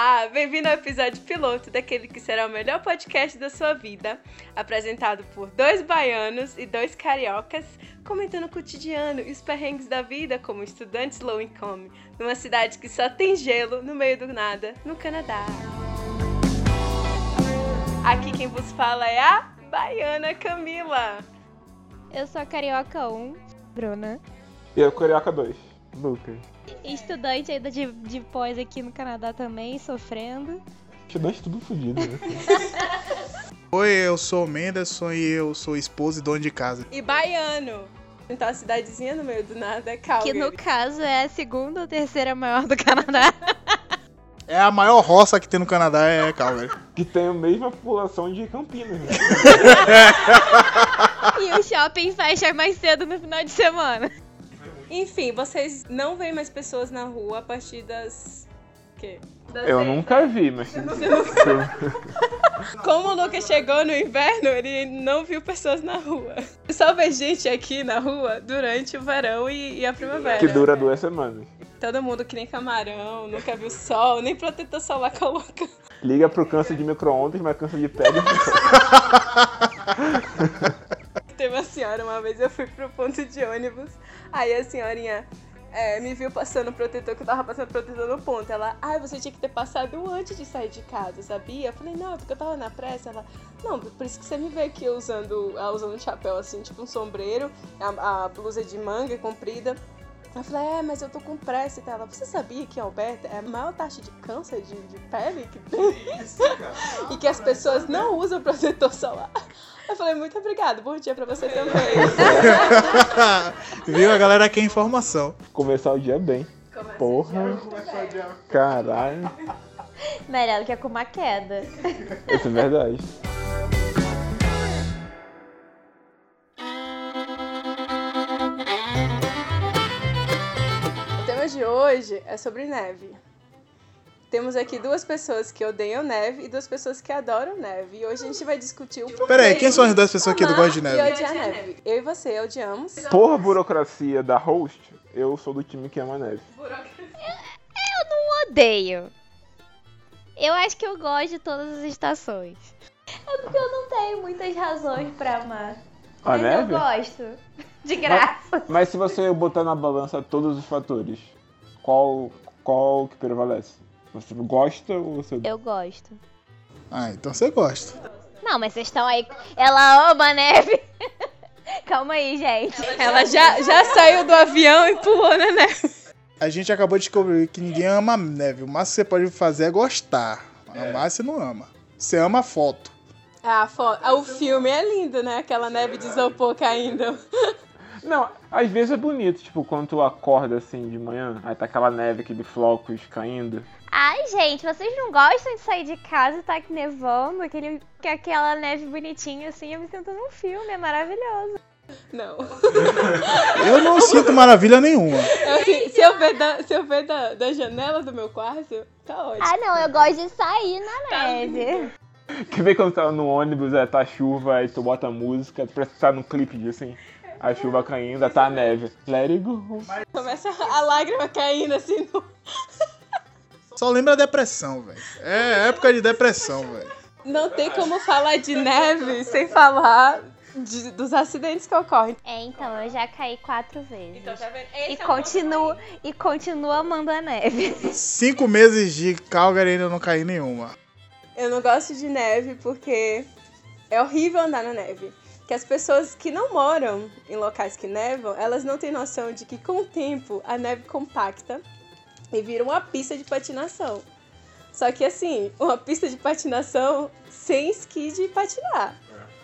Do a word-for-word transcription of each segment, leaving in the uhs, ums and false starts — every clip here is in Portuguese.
Olá, bem-vindo ao episódio piloto daquele que será o melhor podcast da sua vida, apresentado por dois baianos e dois cariocas, comentando o cotidiano e os perrengues da vida como estudantes low income, numa cidade que só tem gelo no meio do nada, no Canadá. Aqui quem vos fala é a baiana Camila. Eu sou a carioca um, Bruna. E eu, carioca dois, Lucas. Estudante ainda de, de pós aqui no Canadá também, sofrendo. Estudante tudo fodido, né? Oi, eu sou o Menderson e eu sou esposo e dono de casa. E baiano. Então a cidadezinha no meio do nada é Calgary. Que no caso é a segunda ou terceira maior do Canadá. É a maior roça que tem no Canadá, é Calgary. Que tem a mesma população de Campinas. Né? E o shopping fecha mais cedo no final de semana. Enfim, vocês não veem mais pessoas na rua a partir das... quê? Das Eu seis, nunca né? vi, mas... Como o Lucas chegou no inverno, ele não viu pessoas na rua. Só vê gente aqui na rua durante o verão e, e a primavera. Que dura duas semanas. Todo mundo que nem camarão, nunca viu sol, nem protetor solar coloca. Liga pro câncer de micro-ondas, mas câncer de pele... Teve uma senhora, uma vez eu fui pro ponto de ônibus, aí a senhorinha é, me viu passando protetor, que eu tava passando protetor no ponto. Ela, ah, você tinha que ter passado antes de sair de casa, sabia? Eu falei, não, porque eu tava na pressa. Ela, não, por isso que você me vê aqui usando, ela usando um chapéu assim, tipo um sombreiro, a, a blusa de manga comprida. Eu falei, é, mas eu tô com pressa e tal. Ela, você sabia que Alberta é a maior taxa de câncer de, de pele que tem? Isso, cara. E que as pessoas não usam protetor solar. Eu falei, muito obrigada, bom dia pra você também. Viu? A galera quer informação. Começar o dia bem. Começa Porra. Caralho. Melhor do que com uma queda. Isso é verdade. O tema de hoje é sobre neve. Temos aqui duas pessoas que odeiam neve e duas pessoas que adoram neve. E hoje a gente vai discutir o porquê. Peraí, quem são as duas pessoas que amar gostam de neve? E odiar neve. Eu e você odiamos. Por burocracia da host, eu sou do time que ama neve. Eu não odeio. Eu acho que eu gosto de todas as estações. É porque eu não tenho muitas razões pra amar. A Mas neve? eu gosto. De graça. Mas, mas se você botar na balança todos os fatores, qual, qual que prevalece? Você gosta ou você... Eu gosto. Ah, então você gosta. Não, mas vocês estão aí... Ela ama a neve. Calma aí, gente. Ela já, já saiu do avião e pulou na neve. A gente acabou de descobrir que ninguém ama neve. O máximo que você pode fazer é gostar. Amar você não ama. Você ama a foto. Ah, fo- ah, o filme é lindo, né? Aquela neve de isopor caindo. Não, às vezes é bonito, tipo, quando tu acorda assim de manhã, aí tá aquela neve, aquele flocos caindo. Ai, gente, vocês não gostam de sair de casa e tá nevando? Aquele, que aquela neve bonitinha assim, eu me sinto num filme, é maravilhoso. Não. Eu não sinto maravilha nenhuma. Eu, se eu ver, da, se eu ver da, da janela do meu quarto, tá ótimo. Ah, não, eu gosto de sair na neve. Quer ver quando tá no ônibus, aí tá chuva, aí tu bota música, tu parece que tá no clipe de assim, a chuva caindo, aí tá a neve. Let it go. Começa a lágrima caindo assim no... Só lembra a depressão, velho. É época de depressão, velho. Não tem como falar de neve sem falar de, dos acidentes que ocorrem. É, então, eu já caí quatro vezes. Então, tá vendo? E Esse é um continuo, e continuo amando a neve. Cinco meses de Calgary e ainda não caí nenhuma. Eu não gosto de neve porque é horrível andar na neve. Que as pessoas que não moram em locais que nevam, elas não têm noção de que com o tempo a neve compacta e vira uma pista de patinação. Só que assim, uma pista de patinação sem esqui de patinar.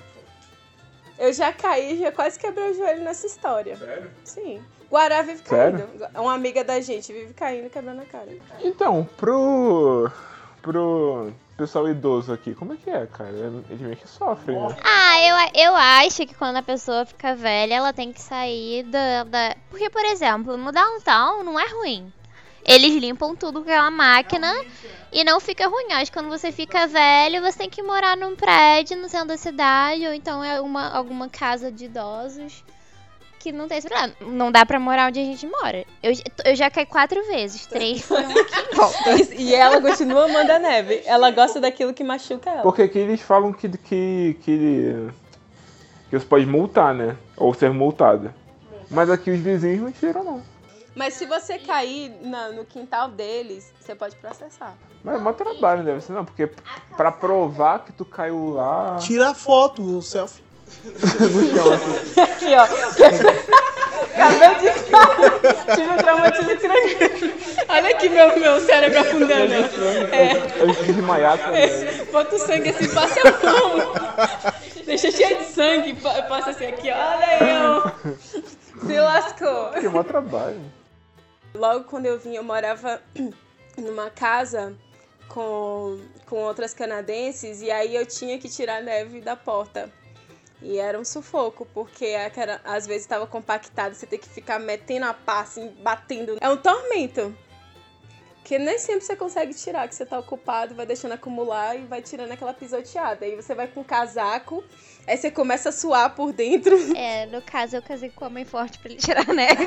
Eu já caí, já quase quebrei o joelho nessa história. Sério? Sim. Guará vive Sério? caindo. Uma amiga da gente vive caindo e quebrando a cara. Então, pro... pro pessoal idoso aqui, como é que é, cara? Eles meio que sofrem, né? Ah, eu, eu acho que quando a pessoa fica velha, ela tem que sair da, da... Porque, por exemplo, no downtown não é ruim. Eles limpam tudo com aquela máquina e não fica ruim. Acho que quando você fica velho, você tem que morar num prédio no centro da cidade, ou então é uma, alguma casa de idosos que não tem esse problema. Não dá pra morar onde a gente mora. Eu, eu já caí quatro vezes, três foram aqui em volta. E ela continua amando a neve. Ela gosta daquilo que machuca ela. Porque aqui eles falam que, que, que, que você pode multar, né? Ou ser multada. Mas aqui os vizinhos não tiram, não. Mas se você cair na- no quintal deles, você pode processar. Mas é mó trabalho, não deve ser não. Porque pra provar que tu caiu lá... Tira a foto, o selfie. no chão, assim. Aqui, ó. Acabei de falar. Tive um traumatismo craniano. Olha aqui meu, meu cérebro afundando. É. Eu esqueci de desmaiar também. É. Bota o sangue assim, passa a mão. Deixa cheio de sangue. pa- Passa assim aqui, ó. Olha eu. Se lascou. Que mó trabalho. Logo quando eu vim, eu morava numa casa com, com outras canadenses. E aí eu tinha que tirar a neve da porta. E era um sufoco, porque aquela- às vezes estava compactado, você tem que ficar metendo a pá, assim, batendo. É um tormento. Que nem sempre você consegue tirar, que você tá ocupado, vai deixando acumular e vai tirando aquela pisoteada. Aí você vai com casaco, aí você começa a suar por dentro. É, no caso eu casei com o homem forte pra ele tirar a neve.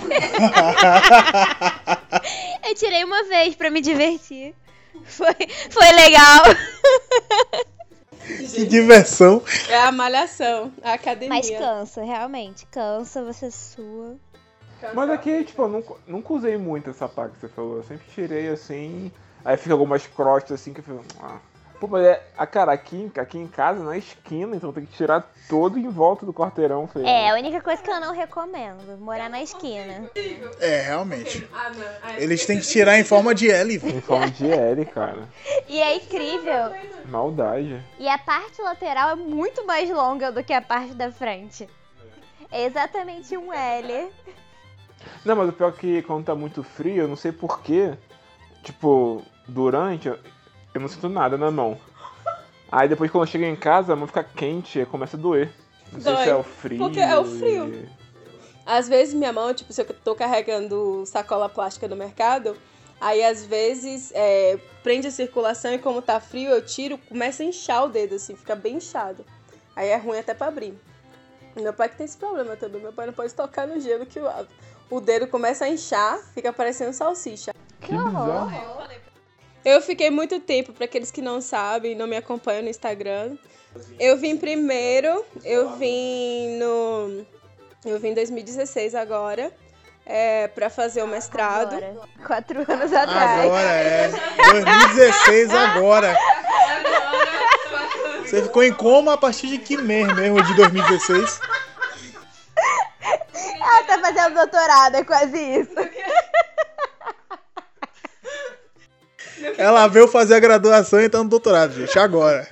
Eu tirei uma vez pra me divertir. Foi, foi legal. Que diversão. É a malhação, a academia. Mas cansa, realmente. Cansa, você sua. Mas aqui, tipo, eu nunca, nunca usei muito essa pá que você falou. Eu sempre tirei assim. Aí fica algumas crostas assim que eu falei. Ah. Pô, mas é. Ah, cara, aqui, aqui em casa, na esquina, então tem que tirar todo em volta do quarteirão. Eu falei, É, a única coisa que eu não recomendo, morar na esquina. É, realmente. Ah, não. Ah, Eles têm que tirar em forma de L, velho. em forma de L, cara. E é incrível. Maldade. E a parte lateral é muito mais longa do que a parte da frente. É exatamente um L. Não, mas o pior é que quando tá muito frio, eu não sei porquê. Tipo, durante, eu, eu não sinto nada na mão. Aí depois quando eu chego em casa, a mão fica quente e começa a doer. Não sei Dói. se é o frio. Porque é o frio. e- Às vezes minha mão, tipo, se eu tô carregando sacola plástica no mercado, aí às vezes é, prende a circulação e como tá frio, eu tiro, começa a inchar o dedo, assim, fica bem inchado. Aí é ruim até pra abrir. Meu pai que tem esse problema também, meu pai não pode tocar no gelo que o, o dedo começa a inchar, fica parecendo salsicha. Que bizarro. Eu fiquei muito tempo, pra aqueles que não sabem, não me acompanham no Instagram. Eu vim primeiro, eu vim no... Eu vim em dois mil e dezesseis agora, é, pra fazer o mestrado. Agora. Quatro anos atrás. Agora é. dois mil e dezesseis agora. Você ficou em coma a partir de que mês mesmo de dois mil e dezesseis? Ela tá fazendo doutorado, é quase isso. Ela veio fazer a graduação e tá no doutorado, gente. Agora.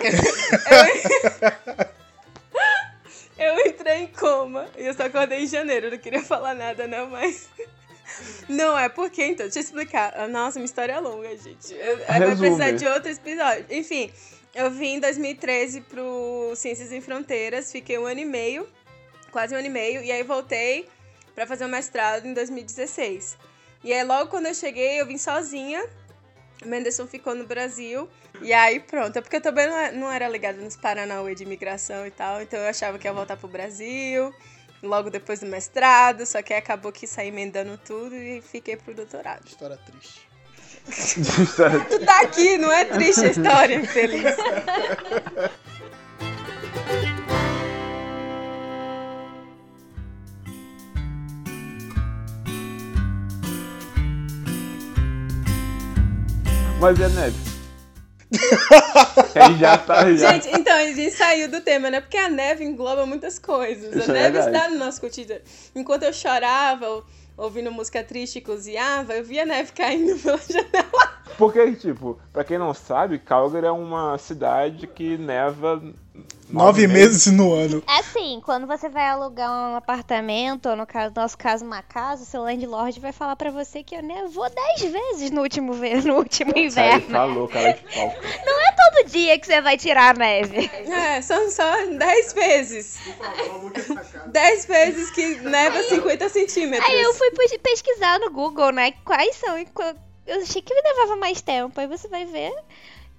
Eu entrei em coma e eu só acordei em janeiro, eu não queria falar nada, não, mas... Não, é porque, então, deixa eu explicar. Nossa, uma história longa, gente. Eu, vai Resume. precisar de outro episódio. Enfim, eu vim em dois mil e treze pro Ciências Sem Fronteiras, fiquei um ano e meio, quase um ano e meio, e aí voltei pra fazer o mestrado em dois mil e dezesseis. E aí logo quando eu cheguei, eu vim sozinha, o Menderson ficou no Brasil, e aí pronto. É porque eu também não, não era ligada nos Paranauê de imigração e tal, então eu achava que ia voltar pro Brasil, logo depois do mestrado, só que aí acabou que saí emendando tudo e fiquei pro doutorado. História triste. Tu tá aqui, não é triste a história, feliz. Mas é neve. Aí já tá, já. Gente, então a gente saiu do tema, né? Porque a neve engloba muitas coisas. Isso A é neve verdade. está no nosso cotidiano. Enquanto eu chorava, ou- ouvindo música triste e cozinhava, eu via a neve caindo pela janela. Porque, tipo, pra quem não sabe, Calgary é uma cidade que neva Nove meses no ano. Assim, quando você vai alugar um apartamento, ou no caso, nosso caso, uma casa, seu landlord vai falar pra você que eu nevou dez vezes no último, ve- no último Aí inverno. falou, cara de pau. Não é todo dia que você vai tirar a neve. É, são só dez vezes. dez vezes que neva cinquenta centímetros. Aí eu fui pes- pesquisar no Google, né, quais são... e qu- Eu achei que me levava mais tempo, aí você vai ver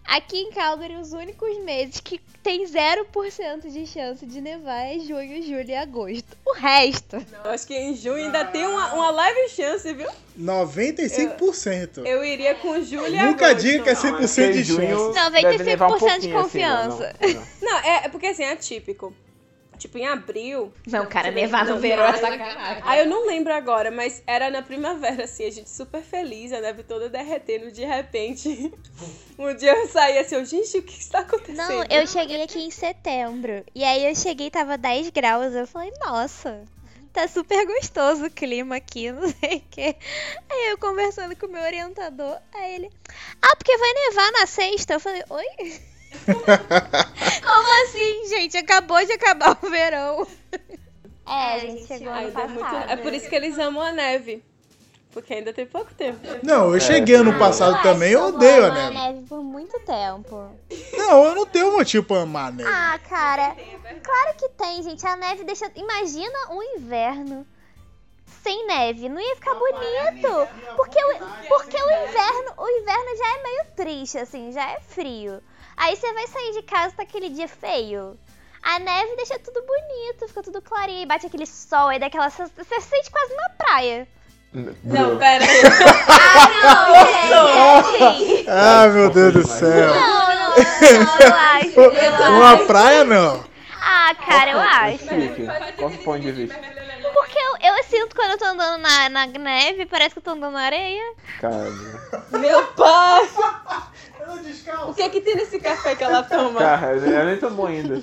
Aqui em Calgary, os únicos meses que tem zero por cento de chance de nevar é junho, julho e agosto. O resto... Não, acho que em junho ainda tem uma, uma leve chance, viu? noventa e cinco por cento. Eu iria com julho e Nunca agosto. diga que é cem por cento de chance. noventa e cinco por cento de confiança. Assim, não, Não, é, é porque assim, é atípico. Tipo, em abril... Não, cara, Deixa eu ver. nevar no Não, verão é mas- sacanagem. Ah, eu não lembro agora, mas era na primavera, assim, a gente super feliz, a neve toda derretendo, de repente. Um dia eu saí assim, eu, gente, o que está acontecendo? Não, eu cheguei aqui em setembro. E aí eu cheguei, tava dez graus. Eu falei, nossa, tá super gostoso o clima aqui, não sei o quê. Aí eu conversando com o meu orientador, aí ele, ah, porque vai nevar na sexta. Eu falei, oi? Como assim, gente? Acabou de acabar o verão. É, a gente chegou ano Ainda é, muito... passado. é por isso que eles amam a neve. Porque ainda tem pouco tempo. Não, eu cheguei ano passado também, eu odeio a amo neve. neve por muito tempo. Não, eu não tenho motivo pra amar a neve. Ah, cara, claro que tem, gente. A neve deixa... Imagina um inverno sem neve. Não ia ficar bonito. Porque o, porque o inverno, o inverno já é meio triste, assim, já é frio. Aí você vai sair de casa, tá aquele dia feio. A neve deixa tudo bonito, fica tudo clarinho, e bate aquele sol, aí dá aquela... Você sente quase uma praia. Não, pera aí. Ah, não, gente. Ah, meu Deus do céu. Não, não, não, eu acho. Eu acho. Uma praia, não. Ah, cara, eu acho. Explique. Qual o ponto de vista? Porque eu, eu sinto quando eu tô andando na, na neve, parece que eu tô andando na areia. Cara, Meu pai! O que é que tem nesse café que ela toma? cara, eu nem tomo ainda.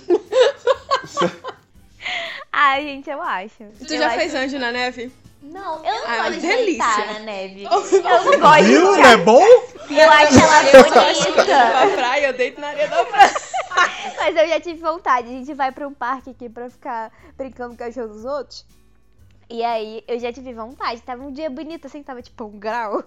Ai, gente, eu acho. Tu Eu já acho- fez anjo na neve? Não, eu não Ah, gosto de delícia. sentar na neve. Eu não gosto Viu? de Não sentar. é bom? Eu acho ela bonita. Na praia, eu deito na areia da praia. Mas eu já tive vontade. A gente vai pra um parque aqui pra ficar brincando com o cachorro dos outros. E aí, eu já tive vontade. Tava um dia bonito, assim, tava tipo um grau.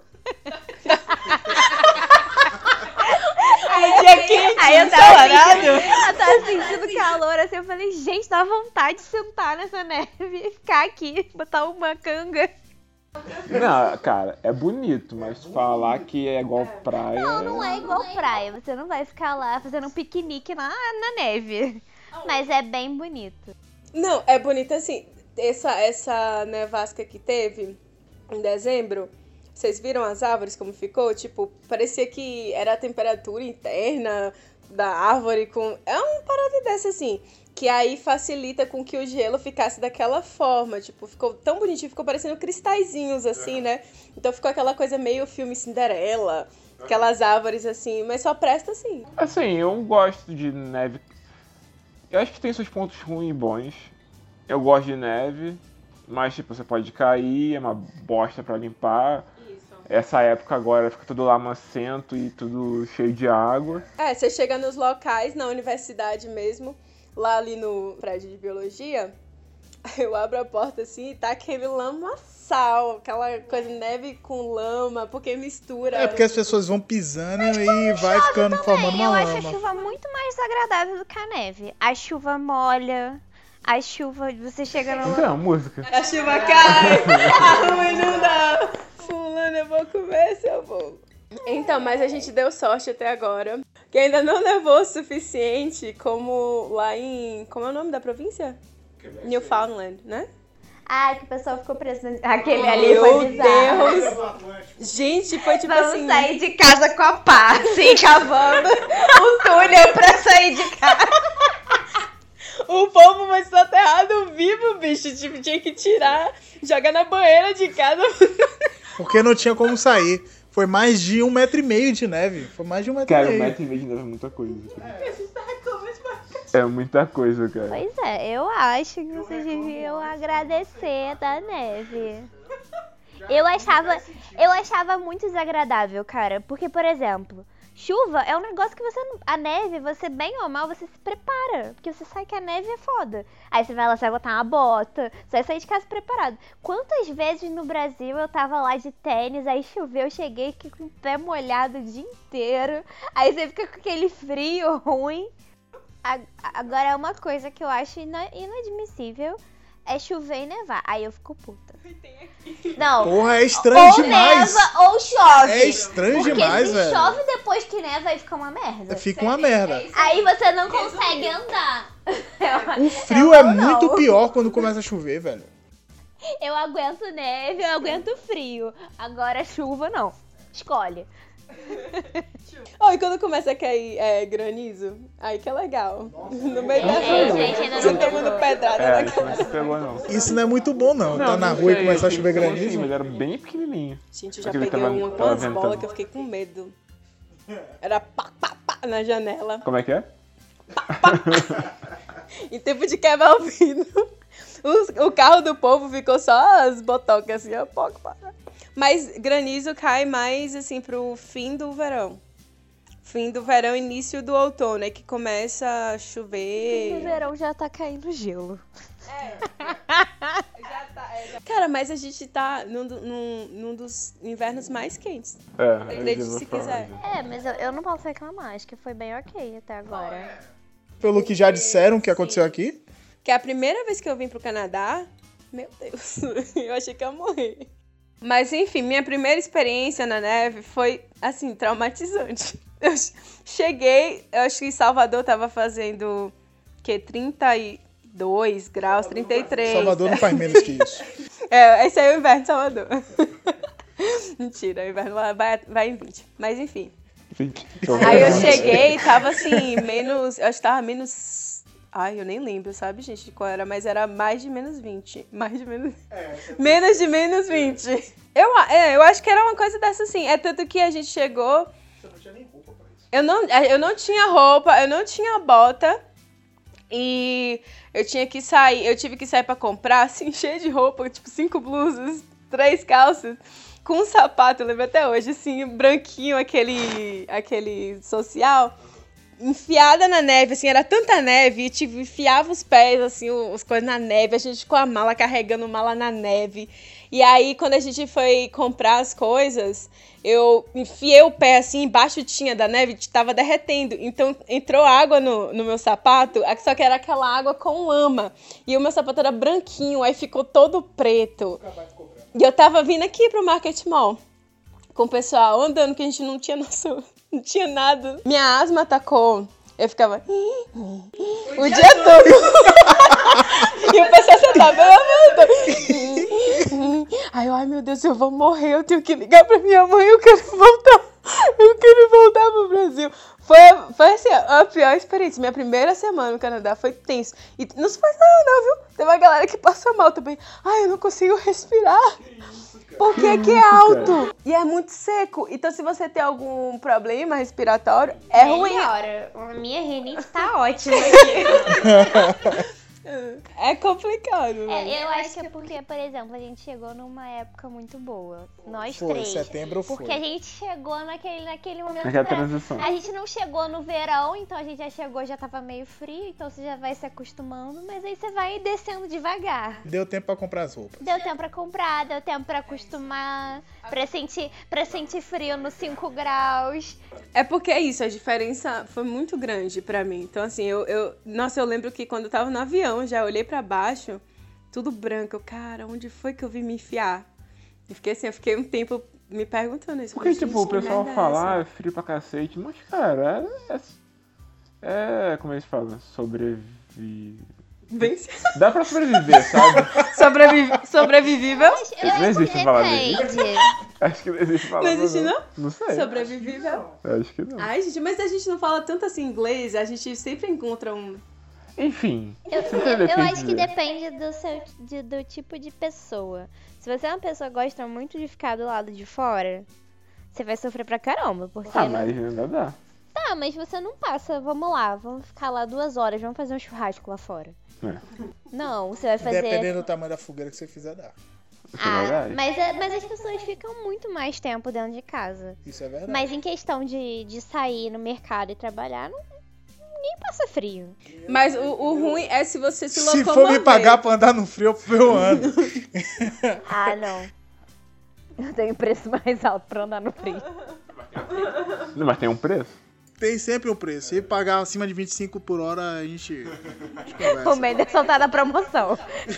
Aí, dia quente, Aí eu tava ensolarado. sentindo, eu tava sentindo calor, assim, eu falei, gente, dá vontade de sentar nessa neve e ficar aqui, botar uma canga. Não, cara, é bonito, mas falar que é igual praia. Não, não é igual praia, você não vai ficar lá fazendo um piquenique na, na neve. Mas é bem bonito. Não, é bonito assim. Essa, essa nevasca que teve em dezembro, vocês viram as árvores como ficou? Tipo, parecia que era a temperatura interna da árvore com... É uma parada dessa, assim, que aí facilita com que o gelo ficasse daquela forma. Tipo, ficou tão bonitinho, ficou parecendo cristalzinhos, assim, né? Então ficou aquela coisa meio filme Cinderela, aquelas árvores, assim, mas só presta assim. Assim, eu gosto de neve. Eu acho que tem seus pontos ruins e bons. Eu gosto de neve, mas tipo, você pode cair, é uma bosta pra limpar. Essa época agora fica tudo lamacento e tudo cheio de água. É, você chega nos locais, na universidade mesmo, lá ali no prédio de biologia, eu abro a porta assim e tá aquele lamaçal, aquela coisa de neve com lama, porque mistura. É porque as pessoas vão pisando e vai ficando formando eu uma acho a lama. chuva muito mais desagradável do que a neve. A chuva molha, a chuva, você chega no... Então, música. A chuva cai, a rua inunda, fulano, eu vou comer seu bolo. Então, mas a gente deu sorte até agora, que ainda não nevou o suficiente como lá em... Como é o nome da província? Newfoundland, né? Ah, que o pessoal ficou preso. Aquele ali Meu foi bizarro. Deus! Gente, foi tipo Vamos assim... sair de casa com a pá, assim, cavando um túnel pra sair de casa. O povo foi soterrado vivo, bicho. Tipo, tinha que tirar, jogar na banheira de casa. Porque não tinha como sair. Foi mais de um metro e meio de neve. Foi mais de um metro Cara, e um meio. metro e meio de neve é muita coisa. É muita coisa, cara. Pois é, eu acho que vocês deviam agradecer da neve. Eu achava, eu achava muito desagradável, cara. Porque, por exemplo, chuva é um negócio que você não... A neve, você bem ou mal, você se prepara. Porque você sabe que a neve é foda. Aí você vai lá, você vai botar uma bota. Você vai sair de casa preparado. Quantas vezes no Brasil eu tava lá de tênis, aí choveu, eu cheguei aqui com o pé molhado o dia inteiro. Aí você fica com aquele frio ruim. A- Agora, uma coisa que eu acho ina- inadmissível é chover e nevar. Aí eu fico puta. Não. Porra, é estranho ou demais. neva ou chove. É estranho porque demais, se velho. chove depois que neva, aí fica uma merda. Fica uma merda. Aí você não consegue andar. O frio é muito pior quando começa a chover, velho. Eu aguento neve, eu aguento frio. Agora chuva, não. Escolhe. Oh, e quando começa a cair é, granizo, aí que é legal. No meio da É, rua, gente, ainda todo não mundo pegou. pedrada É, na isso não se pegou, não. Isso não é muito bom, não. Tá na rua e sei, começar a assim, chover ficou assim, granizo. mas era bem pequenininho. Gente, eu já Aquele peguei tava- uma com tava umas ventando. bolas que eu fiquei com medo. Era pá, pá, pá na janela. Como é que é? Em tempo de quebrar o vidro. Os- o carro do povo ficou só as botocas assim, ó. Pó, pá. Mas granizo cai mais assim pro fim do verão. Fim do verão, início do outono, é que começa a No chover. verão já tá caindo gelo. Cara, mas a gente tá num, do- num, num dos invernos mais quentes. É, Acredite eu vou se falar, quiser. gente. É, mas eu, eu não posso reclamar. Acho que foi bem ok até agora. Pelo que já disseram que aconteceu aqui. Que é a primeira vez que eu vim pro Canadá, meu Deus, eu achei que ia morrer. Mas enfim, minha primeira experiência na neve foi, assim, traumatizante. Eu cheguei, eu acho que em Salvador tava fazendo, que, trinta e dois graus, trinta e três. Salvador não faz menos que isso. É, esse aí é o inverno de Salvador. Mentira, o inverno lá vai, vai em vinte. Mas enfim. Gente, Aí eu cheguei e tava assim, menos. Eu acho que tava menos. Ai, eu nem lembro, sabe, gente, de qual era, mas era mais de menos vinte. Mais de menos. Menos de menos vinte. Eu, a- é, eu acho que era uma coisa dessa assim. É tanto que a gente chegou. Você não tinha nem roupa pra isso. Eu não, eu não tinha roupa, eu não tinha bota. E eu tinha que sair, eu tive que sair pra comprar, assim, cheio de roupa, tipo, cinco blusas, três calças, com um sapato, eu lembro até hoje, assim, branquinho, aquele, aquele social, enfiada na neve, assim, era tanta neve, e tipo, enfiava os pés, assim, os coisas na neve, a gente com a mala, carregando mala na neve. E aí, quando a gente foi comprar as coisas, eu enfiei o pé assim, embaixo tinha da neve, tava derretendo. Então, entrou água no, no meu sapato, só que era aquela água com lama. E o meu sapato era branquinho, aí ficou todo preto. E eu tava vindo aqui pro Market Mall, com o pessoal andando, que a gente não tinha noção, não tinha nada. Minha asma atacou. Eu ficava o dia todo. E o pessoal sentava, ai, ai, meu Deus, eu vou morrer, eu tenho que ligar pra minha mãe, eu quero voltar, eu quero voltar pro Brasil. Foi, foi assim, a pior experiência. Minha primeira semana no Canadá foi tenso. E não se faz nada não, viu? Tem uma galera que passa mal também. Ai, eu não consigo respirar. Porque aqui é alto e é muito seco. Então, se você tem algum problema respiratório, é ruim. Melhora. A minha rinite tá ótima aqui. É complicado. É, né? eu acho que é porque, por exemplo, a gente chegou numa época muito boa. Nós Foi, três. setembro foi. Porque a gente chegou naquele, naquele momento. Naquela pra- transição. A gente não chegou no verão, então a gente já chegou, já tava meio frio, então você já vai se acostumando, mas aí você vai descendo devagar. Deu tempo pra comprar as roupas. Deu tempo pra comprar, deu tempo pra acostumar, pra sentir, pra sentir frio nos cinco graus. É porque é isso, a diferença foi muito grande pra mim. Então, assim, eu, eu. Nossa, eu lembro que quando eu tava no avião, já olhei pra baixo, tudo branco. Eu, cara, onde foi que eu vim me enfiar? E fiquei assim, eu fiquei um tempo me perguntando isso. Porque, Mas, tipo, o gente, que pessoal merda é fala, ah, essa? é frio pra cacete, mas, cara, é. É. é como eles falam? Sobreviver. Bem Dá pra sobreviver, sabe? sobrevi... sobrevivível? Eu Não acho que existe palavra depende. Acho que não existe palavra. Não existe, não? Não sei. Sobrevivível? Acho que não. Ai, gente, mas a gente não fala tanto assim inglês, a gente sempre encontra um. Enfim. Eu, você eu- entendeu o eu que eu acho quis que dizer. depende do, seu, de- do tipo de pessoa. Se você é uma pessoa que gosta muito de ficar do lado de fora, você vai sofrer pra caramba. Porque Ah, não- mas ainda dá. Tá, mas você não passa, vamos lá, vamos ficar lá duas horas, vamos fazer um churrasco lá fora. É. Não, você vai fazer. Dependendo do tamanho da fogueira que você fizer, dá. Isso é Ah, verdade. mas, é- mas as pessoas ficam muito mais tempo dentro de casa. Isso é verdade. Mas em questão de, de sair no mercado e trabalhar, não, ninguém passa frio. Mas o, o ruim é se você se Se locomover. for me pagar pra andar no frio, eu ando. Ah, não. Eu tenho preço mais alto pra andar no frio. Não, mas tem um preço? tem sempre um preço. Se pagar acima de vinte e cinco por hora, a gente, a gente conversa. O Menderson tá na promoção.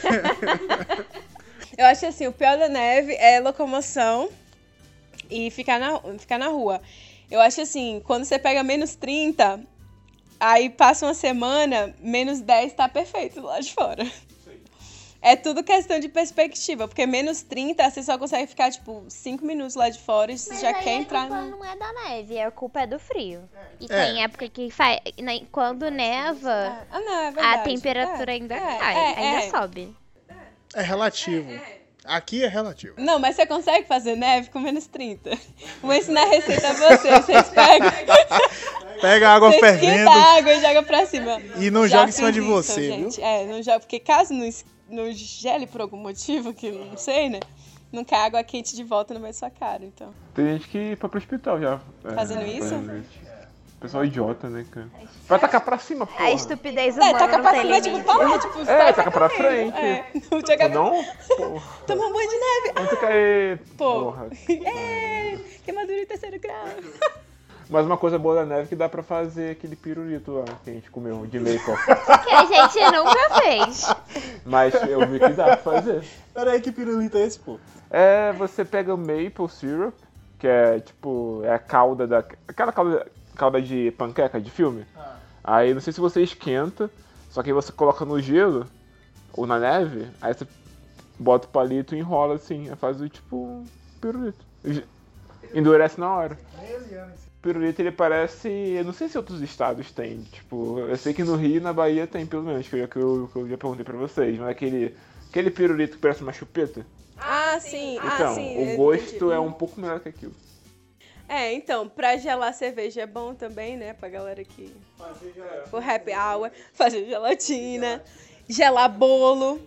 Eu acho assim, o pior da neve é locomoção e ficar na, ficar na rua. Eu acho assim, quando você pega menos trinta, aí passa uma semana, menos dez tá perfeito lá de fora. É tudo questão de perspectiva, porque menos trinta você só consegue ficar, tipo, cinco minutos lá de fora e você Mas já aí quer a entrar culpa no... não é da neve, a culpa é do frio. E É. tem época que faz. Quando neva, Ah, não, é verdade. a temperatura É, ainda é, cai, é, ainda é. sobe. É relativo. Aqui é relativo. Não, mas você consegue fazer neve com menos trinta. Vou ensinar a receita a vocês. Vocês pegam, Pega água você fervendo esquenta a água e joga pra cima. e não Já joga em cima fiz de isso, você, gente. viu? É, não joga, porque caso não, es- não gele por algum motivo, que eu não sei, né? Não cai água quente de volta no meio da sua cara, então. Tem gente que foi pro hospital já. é, Fazendo isso? Pessoal idiota, né, cara? Vai tacar pra cima, porra. A estupidez É, humana taca não pra tem cima, limite. tipo, fala, tipo, É, sai taca pra correndo. frente. É, não joga... Não? Porra. Toma um banho de neve. Vamos ter que cair. Pô. Porra. É, queimadura em terceiro grau. Mas uma coisa boa da neve é que dá pra fazer aquele pirulito lá que a gente comeu de leite. Que a gente nunca fez. Mas eu vi que dá pra fazer. Pera aí, que pirulito é esse, pô? É, você pega o maple syrup, que é tipo, é a calda da... Aquela calda, calda de panqueca de filme. Ah. Aí não sei se você esquenta, só que aí você coloca no gelo, ou na neve, aí você bota o palito e enrola assim, aí faz o tipo um pirulito. Endurece na hora. O pirulito ele parece... Eu não sei se outros estados têm, tipo... Eu sei que no Rio e na Bahia tem pelo menos, que eu, que eu, que eu já perguntei pra vocês, mas aquele, aquele pirulito que parece uma chupeta. Ah, sim. Então, ah, sim. o eu gosto entendi. é um pouco melhor que aquilo. É, então, pra gelar cerveja é bom também, né? Pra galera que... For happy hour, fazer gelatina, gelar bolo.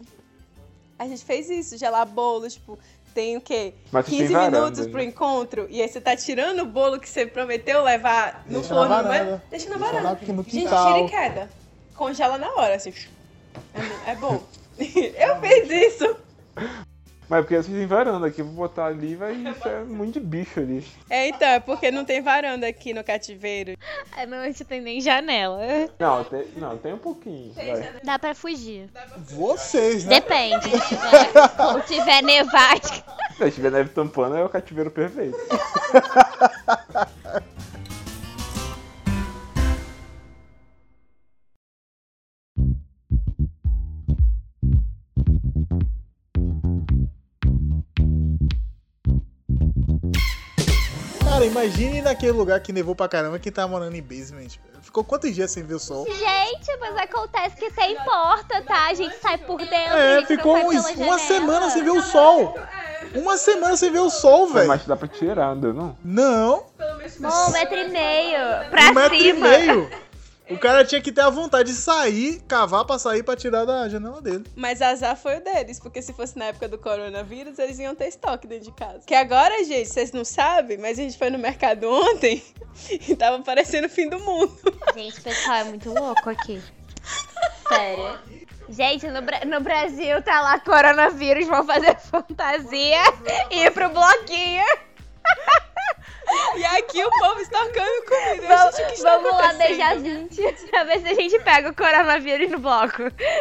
A gente fez isso, gelar bolo, tipo... Tem o quê? Mas você tem quinze varanda, minutos pro né? encontro, e aí você tá tirando o bolo que você prometeu levar no Deixa na forno, não é? varanda. Deixa na Deixa varanda. lá aqui no Gente, quintal. tira e queda. Congela na hora, assim. É, é bom. Eu fiz isso. Mas porque vocês têm varanda aqui, eu vou botar ali e vai ser muito de bicho ali. É, então, é porque não tem varanda aqui no cativeiro. É, não, a gente tem nem janela. Não, tem, não, tem um pouquinho. Vai. Dá pra fugir. Vocês, né? Depende. Se tiver, se tiver nevasca. Se tiver neve tampando, é o cativeiro perfeito. Cara, imagine naquele lugar que nevou pra caramba quem tá morando em basement. Ficou quantos dias sem ver o sol? Gente, mas acontece que tem porta, tá? A gente sai por dentro. a É, gente ficou não sai uns- pela uma janela. semana sem ver o sol. Uma semana sem ver o sol, velho. Mas dá pra tirar, não deu, não? Não, Um metro e meio. Pra um metro cima. e meio. O cara tinha que ter a vontade de sair, cavar pra sair pra tirar da janela dele. Mas azar foi o deles, porque se fosse na época do coronavírus, eles iam ter estoque dentro de casa. Que agora, gente, vocês não sabem, mas a gente foi no mercado ontem e tava parecendo o fim do mundo. Gente, o pessoal é muito louco aqui. Sério. Gente, no, Bra- no Brasil tá lá coronavírus, vão fazer fantasia e ir pro bloquinho. E aqui o povo estocando comida. Vamos, Gente, o que está vamos lá acontecendo? beijar vinte pra ver se a gente pega o coronavírus no bloco.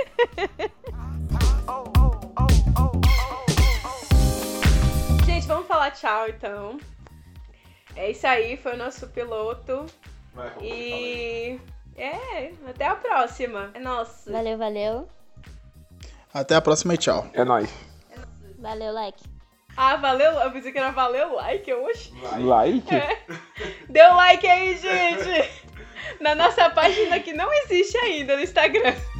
Gente, vamos falar tchau, então. É isso aí, foi o nosso piloto. E... É, até a próxima. É nossa. Valeu, valeu. Até a próxima e tchau. É nóis. Valeu, like. Ah, valeu? Eu pensei que era valeu like hoje. Like? É. Dê um like aí, gente! Na nossa página que não existe ainda no Instagram.